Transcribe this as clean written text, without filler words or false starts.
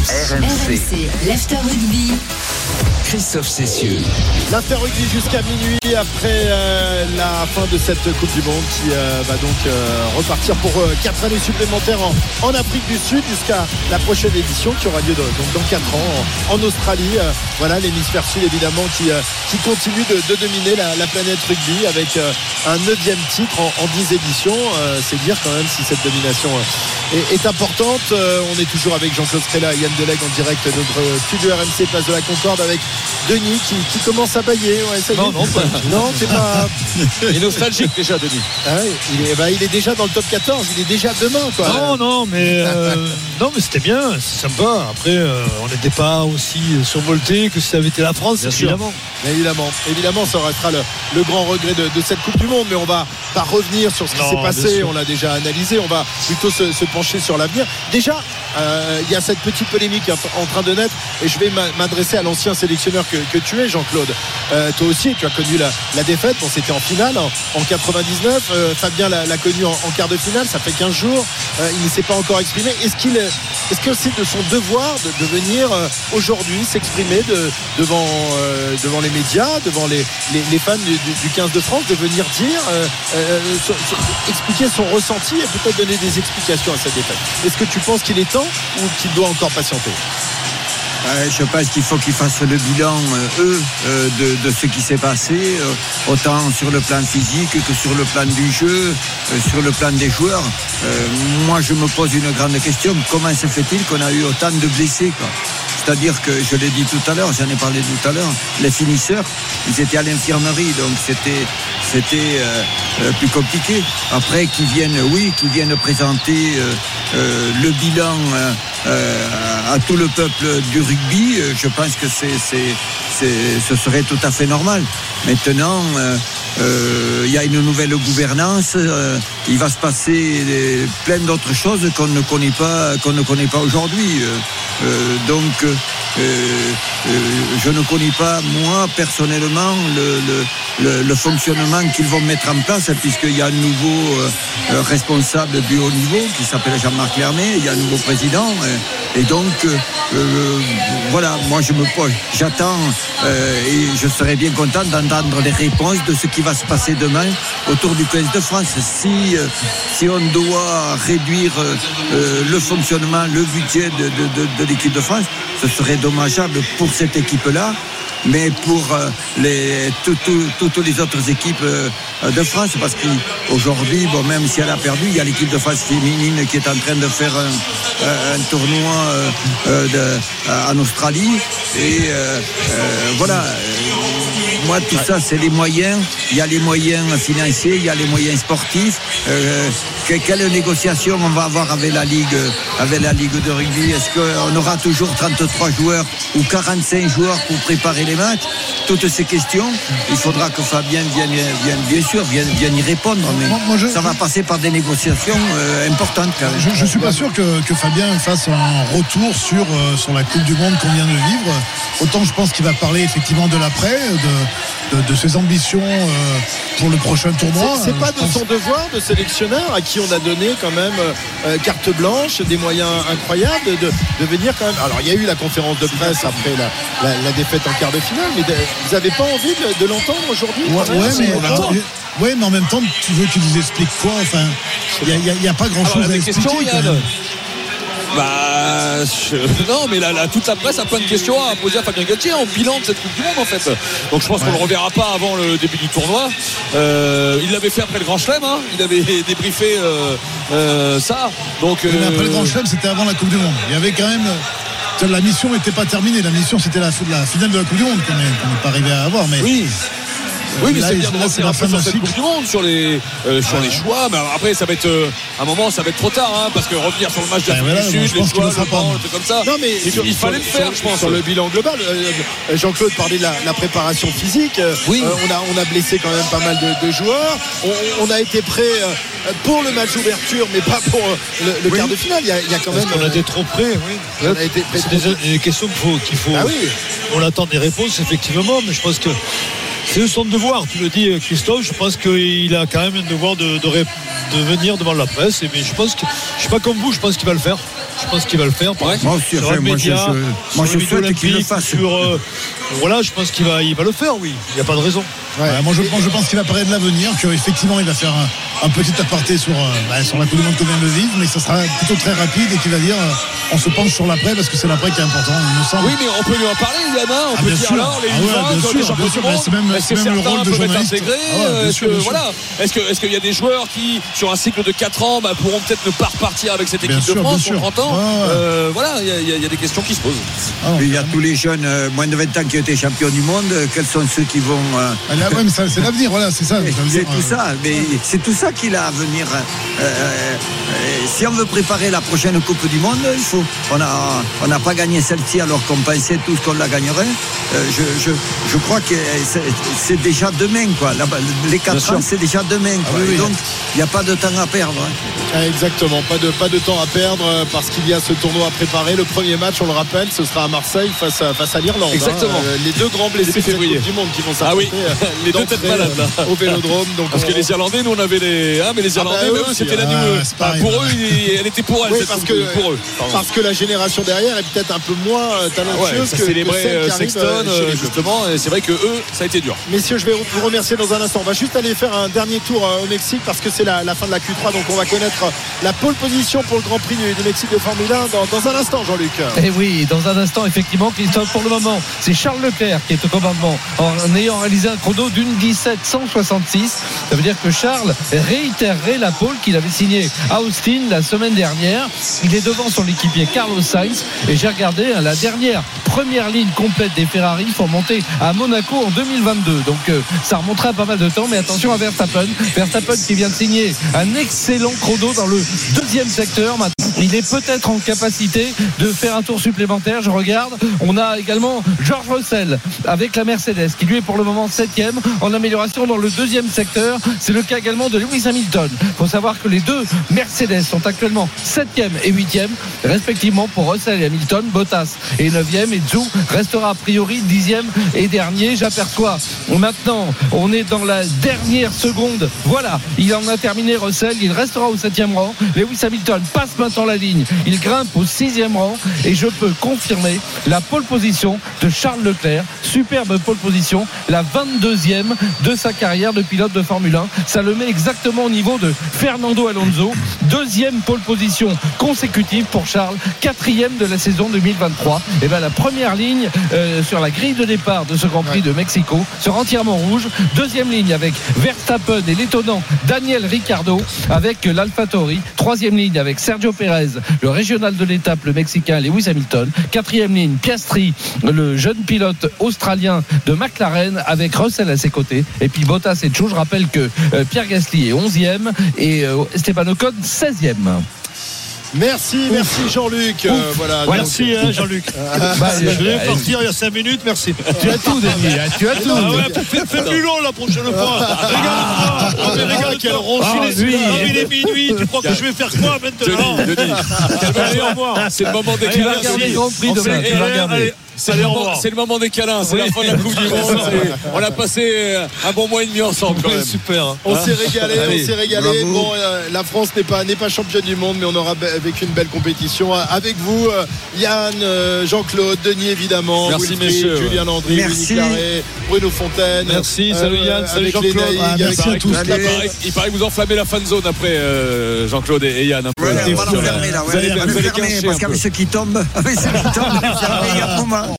RMC, l'After Rugby. Christophe Cessieux. L'After Rugby jusqu'à minuit après la fin de cette Coupe du Monde qui va donc repartir pour 4 années supplémentaires en Afrique du Sud jusqu'à la prochaine édition qui aura lieu donc dans 4 ans en Australie. Voilà l'hémisphère sud évidemment qui continue de dominer la planète rugby avec un 9e titre en 10 éditions. C'est dire quand même si cette domination est importante. On est toujours avec Jean-Claude Scrella et Yann Delegue en direct de notre studio RMC Place de la Concorde avec Denis qui commence à bailler. Ouais, ça non, c'est pas. Il est nostalgique déjà, Denis. Ah oui, il est déjà dans le top 14. Il est déjà demain, quoi. Non, mais c'était bien, c'est sympa. Après, on n'était pas aussi survolté que si ça avait été la France, évidemment. Évidemment, ça restera le grand regret de cette Coupe du Monde. Mais on va pas revenir sur ce qui s'est passé. On l'a déjà analysé. On va plutôt se pencher sur l'avenir. Déjà, il y a cette petite polémique en train de naître. Et je vais m'adresser à l'ancien sélectionneur que tu es, Jean-Claude. Toi aussi, tu as connu la défaite. Bon, c'était en finale en 99. Fabien l'a connu en quart de finale. Ça fait 15 jours. Il ne s'est pas encore exprimé. Est-ce que c'est de son devoir de venir aujourd'hui s'exprimer devant les médias, devant les fans du 15 de France, de venir dire, expliquer son ressenti et peut-être donner des explications à cette défaite? Est-ce que tu penses qu'il est temps ou qu'il doit encore patienter? Je pense qu'il faut qu'ils fassent le bilan, de ce qui s'est passé, autant sur le plan physique que sur le plan du jeu, sur le plan des joueurs. Moi, je me pose une grande question. Comment se fait-il qu'on a eu autant de blessés, quoi? C'est-à-dire que, je l'ai dit tout à l'heure, j'en ai parlé tout à l'heure, les finisseurs, ils étaient à l'infirmerie, donc c'était plus compliqué. Après, qu'ils viennent présenter le bilan à tout le peuple du rugby, je pense que ce serait tout à fait normal. Maintenant, il y a une nouvelle gouvernance, il va se passer plein d'autres choses qu'on ne connaît pas aujourd'hui. Donc je ne connais pas moi personnellement le fonctionnement qu'ils vont mettre en place, puisqu'il y a un nouveau responsable du haut niveau qui s'appelle Jean-Marc Lermet, il y a un nouveau président, et donc voilà, moi j'attends et je serais bien content d'entendre les réponses de ce qui va se passer demain autour du 15 de France. Si on doit réduire le fonctionnement, le budget de l'équipe de France, ce serait dommageable pour cette équipe-là, mais pour toutes les autres équipes de France, parce qu'aujourd'hui, même si elle a perdu, il y a l'équipe de France féminine qui est en train de faire un tournoi en Australie, et voilà. Moi, tout ça, c'est les moyens. Il y a les moyens financiers, il y a les moyens sportifs. Quelle négociation on va avoir avec la Ligue de rugby? Est-ce qu'on aura toujours 33 joueurs ou 45 joueurs pour préparer les matchs? Toutes ces questions, il faudra que Fabien vienne y répondre. Mais ça va passer par des négociations importantes quand même. Je ne suis pas sûr que Fabien fasse un retour sur la Coupe du Monde qu'on vient de vivre. Autant je pense qu'il va parler effectivement de l'après, de ses ambitions pour le prochain tournoi. C'est pas de son devoir de sélectionneur à qui on a donné quand même carte blanche, des moyens incroyables de venir quand même. Alors il y a eu la conférence de presse après la défaite en quart de finale, mais vous n'avez pas envie de l'entendre aujourd'hui? Ouais, mais en même temps, tu veux qu'il nous explique quoi? Enfin, il n'y a pas grand-chose à expliquer. Non, mais toute la presse a plein de questions à poser à Fabien Galtier en bilan de cette Coupe du Monde, en fait. Donc je pense qu'on ne le reverra pas avant le début du tournoi. Il l'avait fait après le Grand Chelem, il avait débriefé ça. Donc, mais après le Grand Chelem, c'était avant la Coupe du Monde. Il y avait quand même. La mission n'était pas terminée. La mission, c'était la finale de la Coupe du Monde qu'on n'est pas arrivé à avoir. Mais oui, mais c'est bien de revenir un peu sur cette Coupe du Monde, sur les choix. Mais après, ça va être à un moment, ça va être trop tard, parce que revenir sur le match d'Afrique du Sud, les choix, le truc comme ça. Non, mais il fallait le faire, je pense. Sur le bilan global, Jean-Claude parlait de la préparation physique. Oui. On a blessé quand même pas mal de joueurs. On a été prêt pour le match d'ouverture, mais pas pour le quart de finale. Il y a quand même. Parce qu'on a été trop près. Oui. On a été prêt. C'est des questions qu'il faut. Ah oui. On attend des réponses effectivement, mais je pense que c'est son devoir, tu le dis Christophe. Je pense qu'il a quand même un devoir de venir devant la presse, mais je pense que je ne suis pas comme vous, je pense qu'il va le faire. Je pense qu'il va le faire. Ouais. Moi aussi, Sur un média, moi sur je le souhaite qu'il le olympique, fasse. Voilà, je pense qu'il va le faire, oui. Il n'y a pas de raison. Ouais, moi je pense qu'il va parler de l'avenir, qu'effectivement il va faire un petit aparté sur la Coupe du Monde qu'on vient de vivre, mais que ça sera plutôt très rapide et qu'il va dire on se penche sur l'après parce que c'est l'après qui est important, il me semble. Oui, mais on peut lui en parler, Yana. On peut bien dire sûr. alors, les Ah ouais, Livois, bien sur sûr, les champions bien du sûr. monde. C'est même Est-ce que le certains rôle de peuvent être journaliste. intégrés? Ah ouais, bien sûr, bien sûr. Voilà. Est-ce qu'il y a des joueurs qui, sur un cycle de 4 ans, pourront peut-être ne pas repartir avec cette équipe Bien sûr, de France bien pour sûr. 30 ans? Ouais. Voilà, il y a des questions qui se posent. Puis il y a tous les jeunes moins de 20 ans qui ont été champions du monde. Quels sont ceux qui vont. Ouais, mais c'est l'avenir, voilà, c'est ça. C'est tout ça, mais c'est tout ça qu'il a à venir. Si on veut préparer la prochaine Coupe du Monde, il faut. On n'a pas gagné celle-ci alors qu'on pensait tous qu'on la gagnerait. Je crois que c'est déjà demain, quoi. Les 4 ans, c'est déjà demain, quoi. Oui. Donc, il n'y a pas de temps à perdre. Exactement, pas de temps à perdre parce qu'il y a ce tournoi à préparer. Le premier match, on le rappelle, ce sera à Marseille face à l'Irlande. Exactement. Les deux grands blessés de cette février. Coupe du Monde qui vont Ah oui, s'affronter les deux têtes malades là. au Vélodrome. Donc Parce que les Irlandais, nous on avait les. Mais les Irlandais, eux eux, c'était la aussi, nuit. c'est pareil. Pour eux, elle était pour elle. Oui, cette parce coupe, que pour eux. parce que la génération derrière est peut-être un peu moins talentueuse Ça que célébrait celle qui arrive Sexton, chez les Bleus. justement. Et c'est vrai que eux, ça a été dur. Messieurs, je vais vous remercier dans un instant. On va juste aller faire un dernier tour au Mexique parce que c'est la fin de la Q3. Donc on va connaître la pole position pour le Grand Prix du Mexique de Formule 1 dans un instant, Jean-Luc. Et oui, dans un instant, effectivement, Christophe, pour le moment, c'est Charles Leclerc qui est au commandement en ayant réalisé un chrono d'une 17,166. Ça veut dire que Charles réitérerait la pole qu'il avait signée à Austin la semaine dernière. Il est devant son équipier Carlos Sainz. Et j'ai regardé la dernière première ligne complète des Ferrari pour monter à Monaco en 2022. Donc ça remontera pas mal de temps. Mais attention à Verstappen qui vient de signer un excellent chrono dans le deuxième secteur. Maintenant, il est peut-être en capacité de faire un tour supplémentaire. Je regarde. On a également George Russell avec la Mercedes qui lui est pour le moment 7e en amélioration dans le deuxième secteur. C'est le cas également de Lewis Hamilton. Il faut savoir que les deux Mercedes sont actuellement 7e et 8e respectivement pour Russell et Hamilton. Bottas est 9e et Zhou restera a priori 10e et dernier. J'aperçois maintenant, on est dans la dernière seconde. Voilà, il en a terminé Russell. Il restera au 7e rang. Lewis Hamilton passe maintenant la ligne. Il grimpe au 6e rang et je peux confirmer la pole position de Charles Leclerc. Superbe pole position, la 22e de sa carrière de pilote de Formule 1. Ça le met exactement au niveau de Fernando Alonso. Deuxième pole position consécutive pour Charles, 4e de la saison 2023. Et bien la première ligne sur la grille de départ de ce Grand Prix de Mexico sera entièrement rouge. Deuxième ligne avec Verstappen et l'étonnant Daniel Ricciardo avec l'AlphaTauri. Troisième ligne avec Sergio Pérez, le régional de l'étape, le Mexicain Lewis Hamilton. Quatrième ligne Piastri, le jeune pilote australien de McLaren avec Russell à ses côtés. Et puis Bottas et Zhou. Je rappelle que Pierre Gasly est 11e et Esteban Ocon 16e. Merci Jean-Luc. Voilà, Merci Jean-Luc. Je vais partir il y a 5 minutes, merci. Tu as tout, Denis, tu as tout. Fais plus long la prochaine fois. Regarde quel ronchis. Il est minuit, tu crois que je vais faire quoi maintenant? Denis, allez, au revoir. C'est le moment des Tu vas câlins. regarder le Grand Prix demain, tu vas regarder. C'est le moment des câlins, c'est la fin de la Coupe du Monde. On a passé un bon mois et demi ensemble quand même. Super. On s'est régalé. Bravo. Bon, la France n'est pas championne du monde, mais on aura vécu une belle compétition avec vous, Yann, Jean-Claude, Denis évidemment, Merci, Wilfried, messieurs. Julien Landry, Merci. Winnie Carré, Bruno Fontaine. Merci, salut Yann, salut avec Jean-Claude. les Naïgs, Merci à tous. Il paraît que vous enflammez la fan zone après Jean-Claude et Yann. Un peu. Ouais, on va l'enfermer là. Vous allez On va l'enfermer cacher parce un qu'avec peu. ceux qui tombent, on va l'enfermer il y a un moment.